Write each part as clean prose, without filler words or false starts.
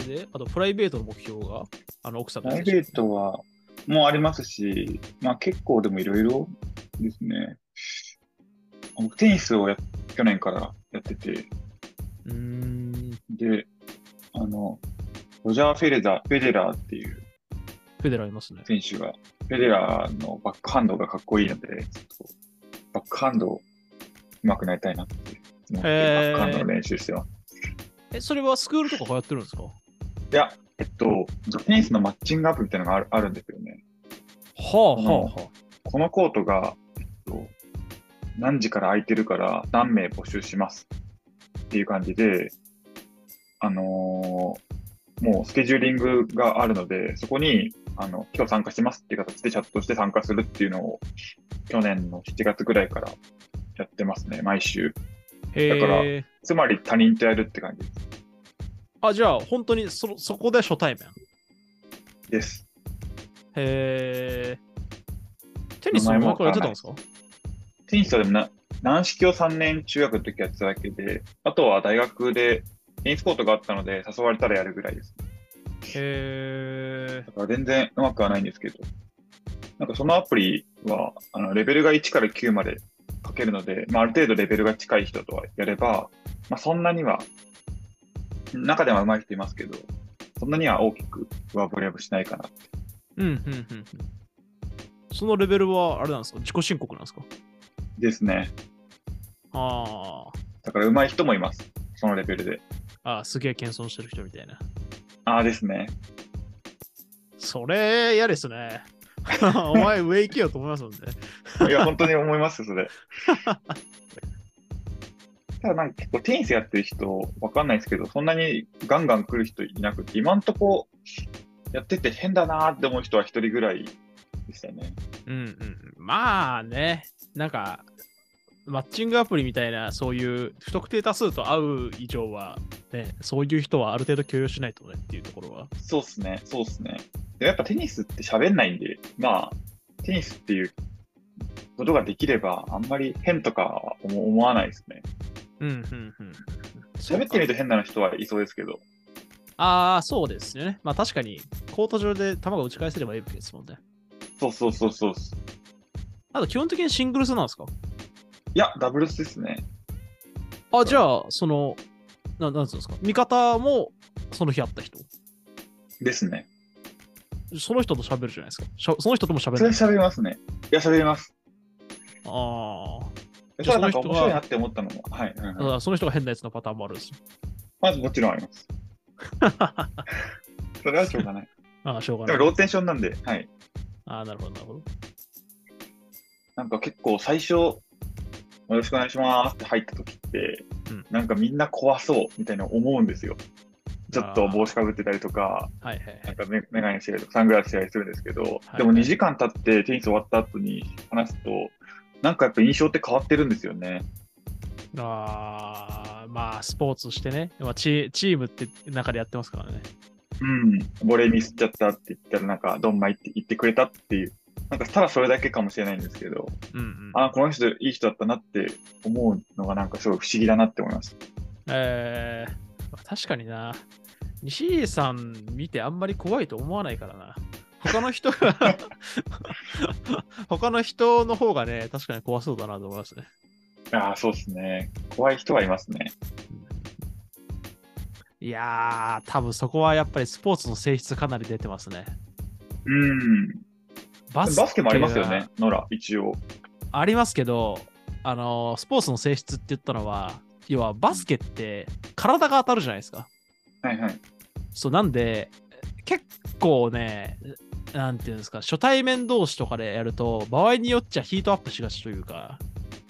で、あとプライベートの目標が、奥さんプライベートは、もうありますし、まあ結構でもいろいろですね。僕テニスを去年からやってて、で、あの、ロジャー・フェデラーっていうフェデラーいますね。 選手が、フェデラーのバックハンドがかっこいいので、ちょっとバックハンド上手くなりたいなって思って、バックハンドの練習してます。 それはスクールとか通ってるんですか？ いや、テニスのマッチングアプリみたいなのがあるんですよね。このコートが、何時から空いてるから何名募集しますっていう感じで、もうスケジューリングがあるので、そこに、今日参加しますっていう形でチャットして参加するっていうのを、去年の7月ぐらいからやってますね、毎週。だから、つまり他人とやるって感じです。 じゃあ、本当にそこで初対面です。 テニスの前からやってたんですか？ テニスはでも軟式を3年中学の時やってただけで、あとは大学でテニスコートがあったので誘われたらやるぐらいです。だから全然うまくはないんですけど、なんかそのアプリは、レベルが1から9まで書けるので、まあ、ある程度レベルが近い人とはやれば、まあ、そんなには、中では上手い人いますけど、そんなには大きく上振れはしないかなって。 そのレベルは、あれなんですか？自己申告なんですか？ ですね。だから上手い人もいます。そのレベルで。 すげえ謙遜してる人みたいな。ですね。 それ、嫌ですね。お前上行けよと思いますもんね。 いや、本当に思います、それ。ただなんか結構テニスやってる人わかんないですけど、そんなにガンガン来る人いなくて、今んとこやってて変だなーって思う人は一人ぐらいでしたね。 まあね、なんか、マッチングアプリみたいな、そういう不特定多数と会う以上は、ね、そういう人はある程度許容しないとねっていうところは。 そうっすね。でやっぱテニスって喋んないんで、まあ、テニスっていうことができれば、あんまり変とかは思わないですね。喋ってみると変な人はいそうですけど。 そうですよね。まあ確かに、コート上で球が打ち返せればいいわけですもんね。 そう。 あと基本的にシングルスなんですか？ いや、ダブルスですね。 じゃあ、なんつうんですか？味方もその日会った人ですね。 その人と喋るじゃないですか。その人とも喋る。 それ喋りますね。いや、喋ります。 じゃあなんか面白いなって思ったのも、はい。 その人が変なやつのパターンもあるんですよ。 まずもちろんあります。それはしょうがない。 しょうがない。 でもローテーションなんで、はい。 なるほど。 なんか結構最初、よろしくお願いしますって入った時って、なんかみんな怖そうみたいな思うんですよ。ちょっと帽子かぶってたりとか、なんかメガネしてたりとか、サングラスしたりするんですけど、でも2時間経ってテニス終わった後に話すと、なんかやっぱ印象って変わってるんですよね。 まあ、スポーツしてね、チームって中でやってますからね。 ボレーミスっちゃったって言ったら、なんか、ドンマイって言ってくれたっていう、なんか、ただそれだけかもしれないんですけど、この人いい人だったなって思うのが、なんかすごい不思議だなって思います。 確かにな。西井さん見てあんまり怖いと思わないからな。他の人が他の人の方がね、確かに怖そうだなと思いますね。 そうですね。怖い人はいますね。 いやー、多分そこはやっぱりスポーツの性質かなり出てますね。 バスケもありますよね、ノラ、一応。 ありますけど、スポーツの性質って言ったのは、要はバスケって体が当たるじゃないですか。そう、なんで、結構ね、なんていうんですか、初対面同士とかでやると、場合によっちゃヒートアップしがちというか、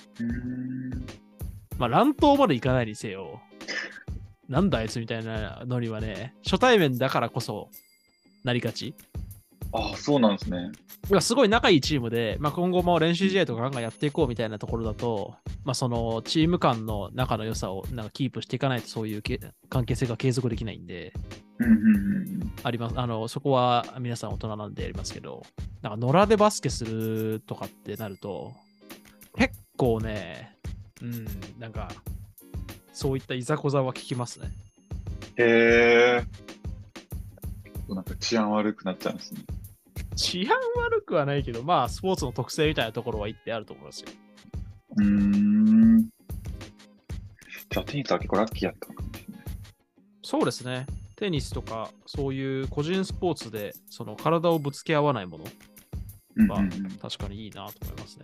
まあ乱闘までいかないにせよ、なんだあいつみたいなのにはね、初対面だからこそなりがち。 そうなんですね。 すごい仲いいチームで、今後も練習試合とかガンガンやっていこうみたいなところだと、そのチーム間の仲の良さをなんかキープしていかないとそういう関係性が継続できないんで、あります。そこは皆さん大人なんでやりますけど、なんか野良でバスケするとかってなると、結構ね、なんか、そういったいざこざは聞きますね。 へー。 なんか治安悪くなっちゃうんですね。 治安悪くはないけど、まあ、スポーツの特性みたいなところは一定あると思いますよ。 じゃあテニスは結構ラッキーやったのかもしれない。 そうですね。テニスとか、そういう個人スポーツで、その体をぶつけ合わないものは、確かにいいなと思いますね。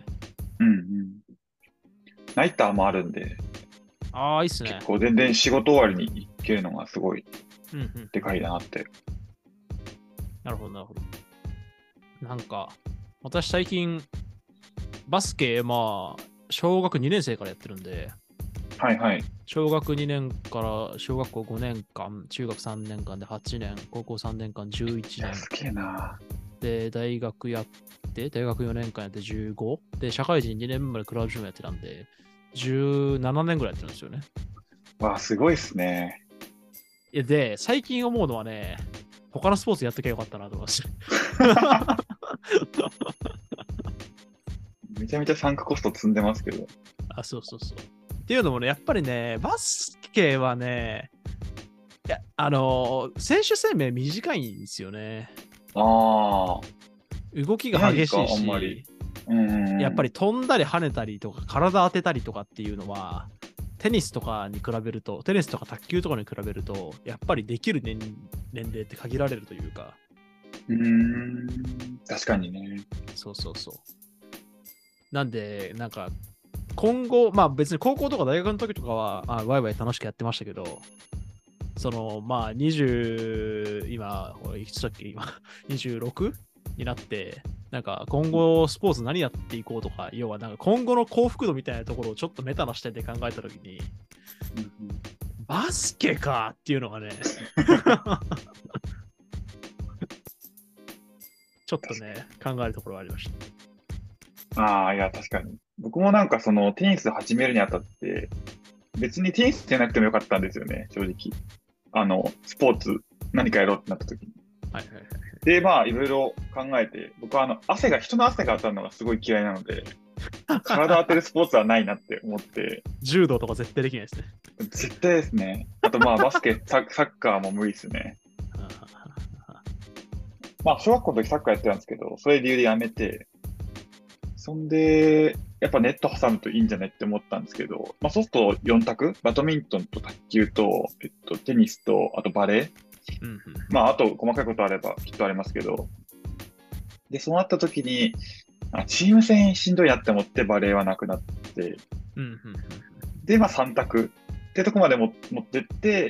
ナイターもあるんで、 ああ、いいっすね。 結構全然仕事終わりに行けるのがすごいでかいなって。 なるほど、なるほど。なんか、私最近、バスケ、まあ、小学2年生からやってるんで、 はいはい。 小学2年から小学校5年間、中学3年間で8年、高校3年間11年。 すげえな。 で、大学やって、大学4年間やって15。で、社会人2年目までクラウドジムやってたんで、17年ぐらいやってるんですよね。 わあ、すごいっすね。 で、最近思うのはね、他のスポーツやっときゃよかったなと思います。 めちゃめちゃサンクコスト積んでますけど。 そうそうそう。っていうのもね、やっぱりね、バスケはね、いや、選手生命短いんですよね。 ああ。 動きが激しいし、やっぱり。 り飛んだり跳ねたりとか、体当てたりとかっていうのは、テニスとかに比べると、テニスとか卓球とかに比べると、やっぱりできる年齢って限られるというか。 確かにね。 そうそうそう。なんで、なんか、今後、まあ別に高校とか大学の時とかは、ワイワイ楽しくやってましたけど、その、まあ20、今、いくつだっけ今、26? になって、なんか今後スポーツ何やっていこうとか、要はなんか今後の幸福度みたいなところをちょっとメタな視点で考えた時に、バスケかっていうのがね、ちょっとね、考えるところがありました。 ああ、いや、確かに。僕もなんかそのテニス始めるにあたって、別にテニスじゃなくてもよかったんですよね、正直。スポーツ何かやろうってなった時に。 はいはいはい。 で、まあ、いろいろ考えて、僕は人の汗が当たるのがすごい嫌いなので、体当てるスポーツはないなって思って。 柔道とか絶対できないですね。 絶対ですね。あとまあ、バスケ、サッカーも無理ですね。まあ、小学校の時サッカーやってたんですけど、そういう理由でやめて、そんで、やっぱネット挟むといいんじゃないって思ったんですけど、まあ、そうすると4択バドミントンと卓球と、テニスと、あとバレー。まあ、あと細かいことあればきっとありますけど。で、そうなった時に、チーム戦しんどいなって思ってバレーはなくなって、で、まあ3択ってとこまで持ってって、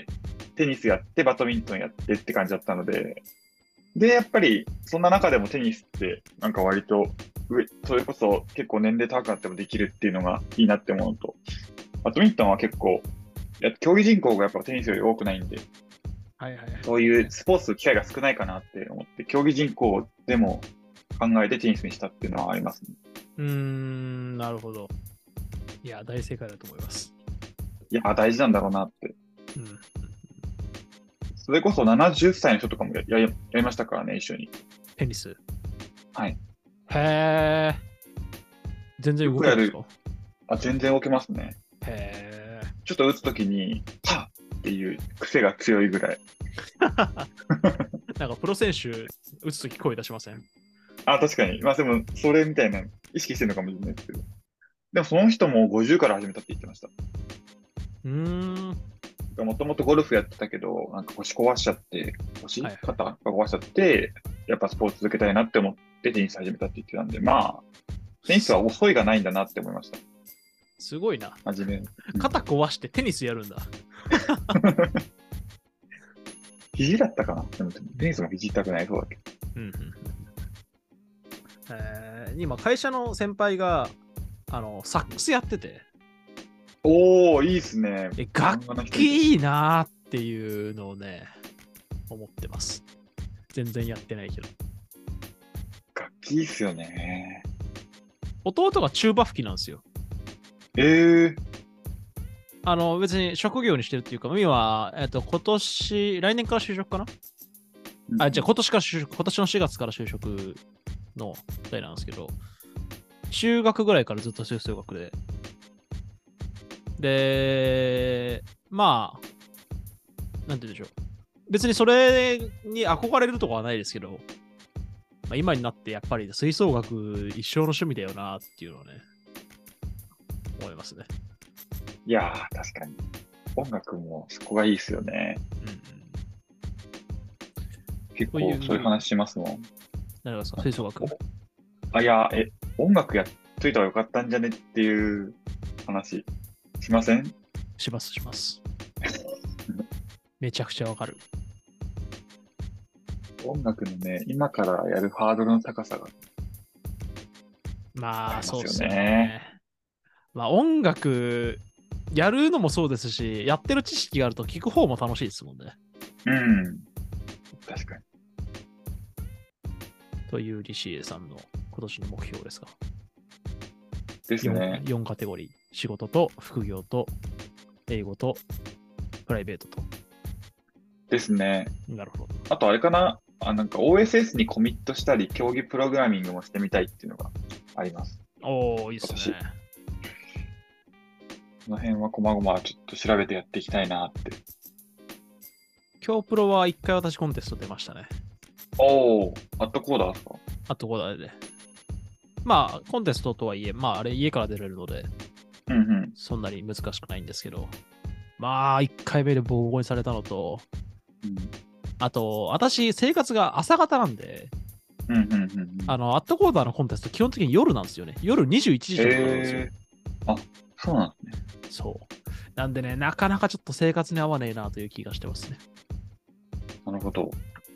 テニスやって、バドミントンやってって感じだったので、で、やっぱり、そんな中でもテニスって、なんか割とそれこそ結構年齢高くなってもできるっていうのがいいなって思うと、バドミントンは結構、競技人口がやっぱテニスより多くないんで、そういうスポーツ機会が少ないかなって思って、競技人口でも考えてテニスにしたっていうのはありますね。 なるほど。いや、大正解だと思います。 いや、大事なんだろうなって。それこそ70歳の人とかもやりましたからね、一緒に。 テニス。 はい。 へえ。全然動けるんですか？ 全然動けますね。 へえ。 ちょっと打つときに、パッっていう癖が強いぐらい。 なんかプロ選手打つとき声出しません？ 確かに。まあでも、それみたいな意識してるのかもしれないですけど。でもその人も50から始めたって言ってました。もともとゴルフやってたけど、なんか腰壊しちゃって、肩が壊しちゃって、やっぱスポーツ続けたいなって思ってテニス始めたって言ってたんで、まあ、テニスは遅いがないんだなって思いました。 すごいな。 真面目。 肩壊してテニスやるんだ。 肘だったかな？でもテニスも肘痛くないそうだけど。 今、会社の先輩が、サックスやってて。 おー、いいっすね。 楽器いいなーっていうのをね、思ってます。全然やってないけど。 楽器いいっすよね。 弟がチューバ吹きなんですよ。別に職業にしてるっていうか、今は、来年から就職かな？じゃあ今年の4月から就職の代なんですけど、中学ぐらいからずっと吹奏楽で。で、まあ、なんて言うんでしょう。 別にそれに憧れるとかはないですけど、まあ、今になってやっぱり吹奏楽一生の趣味だよなっていうのはね、思いますね。 いやー、確かに。音楽もそこがいいですよね。結構そういう話しますもん。 何ですか、吹奏楽。 いや、音楽やっといた方がよかったんじゃねっていう話しません？ します。めちゃくちゃわかる。 音楽のね、今からやるハードルの高さが。 まあ、そうですよね。まあ、音楽、やるのもそうですし、やってる知識があると聞く方も楽しいですもんね。 うん。確かに。 というリシエさんの今年の目標ですか。 ですね。 4カテゴリー。仕事と副業と英語とプライベートと。 ですね。 なるほど。 あとあれかな。なんか OSS にコミットしたり、競技プログラミングもしてみたいっていうのがあります。 おー、いいっすね。 この辺は細々ちょっと調べてやっていきたいなって。 今日プロは1回私コンテスト出ましたね。 おー、アットコーダーですか？ アットコーダーで。まあ、コンテストとはいえ、まあ、あれ家から出れるので、そんなに難しくないんですけど、まあ、1回目でボコボコにされたのと、あと、私、生活が朝方なんで、アットコーダーのコンテスト、基本的に夜なんですよね。夜21時とかなんですよ。 あ、そうなんですね。 そう。なんでね、なかなかちょっと生活に合わねえなという気がしてますね。 なるほど。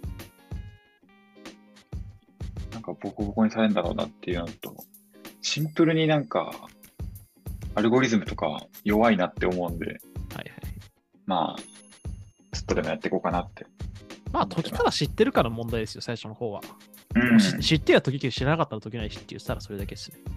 なんかボコボコにされるんだろうなっていうのと、シンプルになんか、アルゴリズムとか弱いなって思うんで、はいはい。まあ、ちょっとでもやっていこうかなって。 まあ、時から知ってるから問題ですよ、最初の方は。知ってや時々知らなかったら時ないしって言ったらそれだけですね。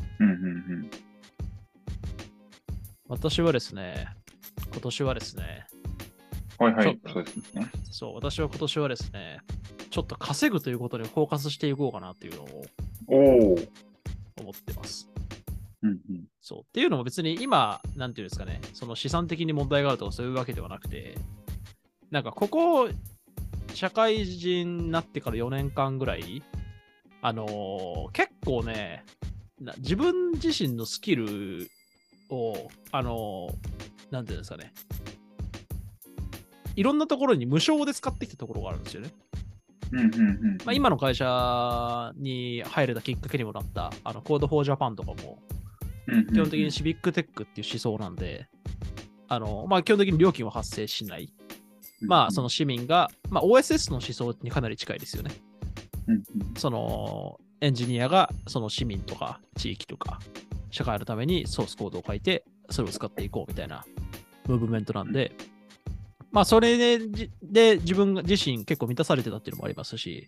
私はですね、今年はですね、 はいはい、そうですね。 そう、私は今年はですね、ちょっと稼ぐということにフォーカスしていこうかなっていうのを思ってます。そう。っていうのも別に今、なんていうんですかね、その資産的に問題があるとかそういうわけではなくて、なんかここ、社会人になってから4年間ぐらい、結構ね、自分自身のスキルを、なんていうんですかね、いろんなところに無償で使ってきたところがあるんですよね。まあ、今の会社に入れたきっかけにもなったコードフォージャパンとかも、基本的にシビックテックっていう思想なんで、まあ、基本的に料金は発生しない。まあ、その市民が、まあ、OSS の思想にかなり近いですよね。そのエンジニアがその市民とか地域とか社会のためにソースコードを書いてそれを使っていこうみたいなムーブメントなんで、まあそれで自分自身結構満たされてたっていうのもありますし、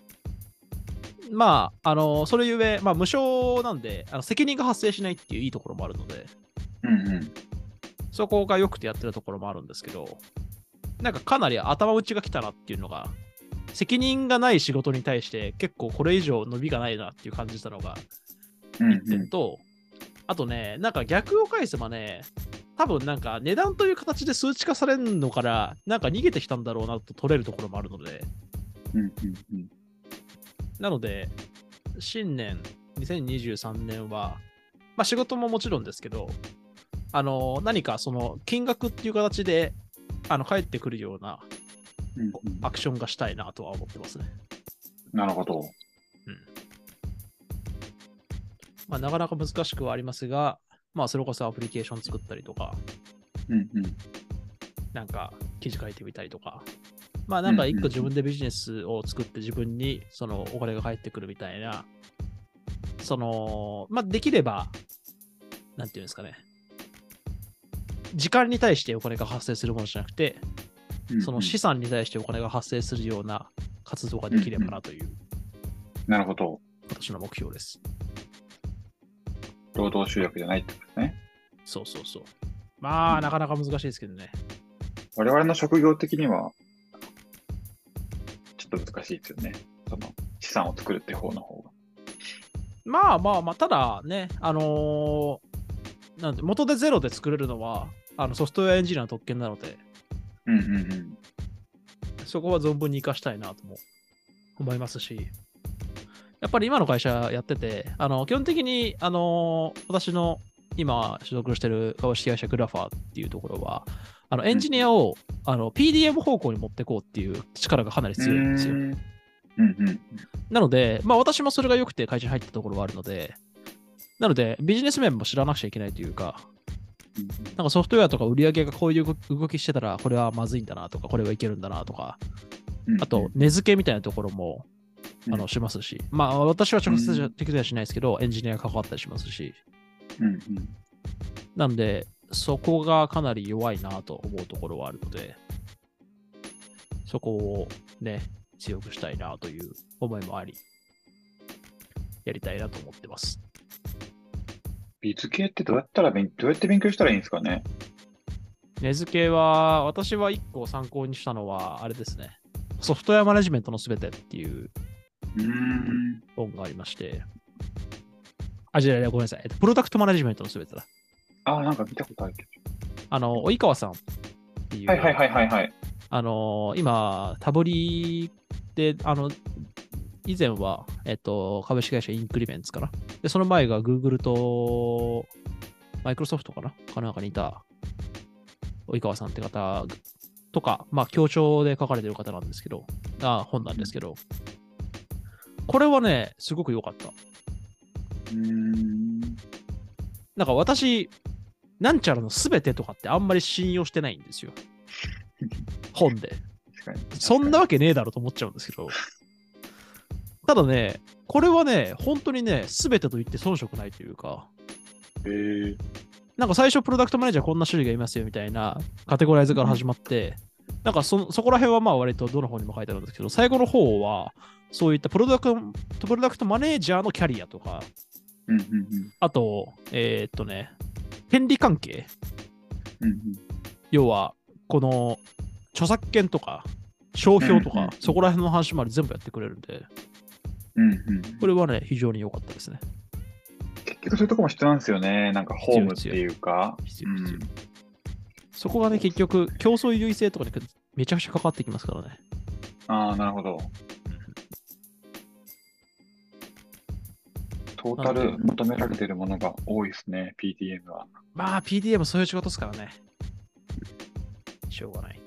まあそれゆえ、まあ、無償なんで責任が発生しないっていういいところもあるので、そこが良くてやってるところもあるんですけど、なんかかなり頭打ちが来たなっていうのが、責任がない仕事に対して結構これ以上伸びがないなっていう感じたのが1点と、あとね、なんか逆を返せばね、多分なんか値段という形で数値化されるのからなんか逃げてきたんだろうなと取れるところもあるので、なので新年2023年は、まあ仕事ももちろんですけど、何かその金額っていう形で返ってくるようなアクションがしたいなとは思ってますね。 なるほど。 まあ、なかなか難しくはありますが、まあ、それこそアプリケーション作ったりとか、なんか記事書いてみたりとか、まあ、なんか一個自分でビジネスを作って自分にそのお金が返ってくるみたいな、その、まあ、できれば、なんていうんですかね、時間に対してお金が発生するものじゃなくて、その資産に対してお金が発生するような活動ができればなという、 なるほど。 今年の目標です。 労働集約じゃないってことですね。 そうそうそう。まあ、なかなか難しいですけどね。 我々の職業的には、ちょっと難しいですよね。その資産を作るって方の方が。 まあまあまあ、ただね、なんて元でゼロで作れるのは、ソフトウェアエンジニアの特権なので、 そこは存分に活かしたいなとも思いますし、やっぱり今の会社やってて、基本的に、私の今所属してる株式会社グラファーっていうところは、エンジニアを、PDM 方向に持っていこうっていう力がかなり強いんですよ。なので、まあ私もそれが良くて会社に入ったところはあるので、なのでビジネス面も知らなくちゃいけないというか、なんかソフトウェアとか売り上げがこういう動きしてたら、これはまずいんだなとか、これはいけるんだなとか、あと、値付けみたいなところも、しますし、まあ私は直接的にはしないですけど、エンジニアが関わったりしますし、なんで、そこがかなり弱いなと思うところはあるので、そこをね、強くしたいなという思いもあり、やりたいなと思ってます。 値付けってどうやって勉強したらいいんですかね。 値付けは、私は1個参考にしたのは、あれですね。ソフトウェアマネジメントのすべてっていう本がありまして、ごめんなさい。プロダクトマネジメントのすべてだ。 なんか見たことあるけど。及川さんっていう。今、タブリで、以前は、株式会社インクリメンツかな。で、その前が Google とマイクロソフトかなんかにいた及川さんって方とか、まあ、協調で書かれてる方なんですけど、本なんですけど、これはね、すごく良かった。なんか私、なんちゃらのすべてとかってあんまり信用してないんですよ。本で。そんなわけねえだろと思っちゃうんですけど。ただね、これはね、本当にね、すべてと言って遜色ないというか。なんか最初プロダクトマネージャーこんな種類がいますよみたいなカテゴライズから始まって、なんかそこら辺はまあ割とどの本にも書いてあるんですけど、最後の方はそういったプロダクトマネージャーのキャリアとか、あと、権利関係、要はこの著作権とか商標とか、そこら辺の話まで全部やってくれるんで、これはね、非常に良かったですね。 結局そういうとこも必要なんですよね。なんかホームっていうか。 そこがね、結局、競争優位性とかにめちゃくちゃ関わってきますからね。 なるほど。トータル求められているものが多いですね、PDM は。 まあ、PDM そういう仕事ですからね。しょうがない。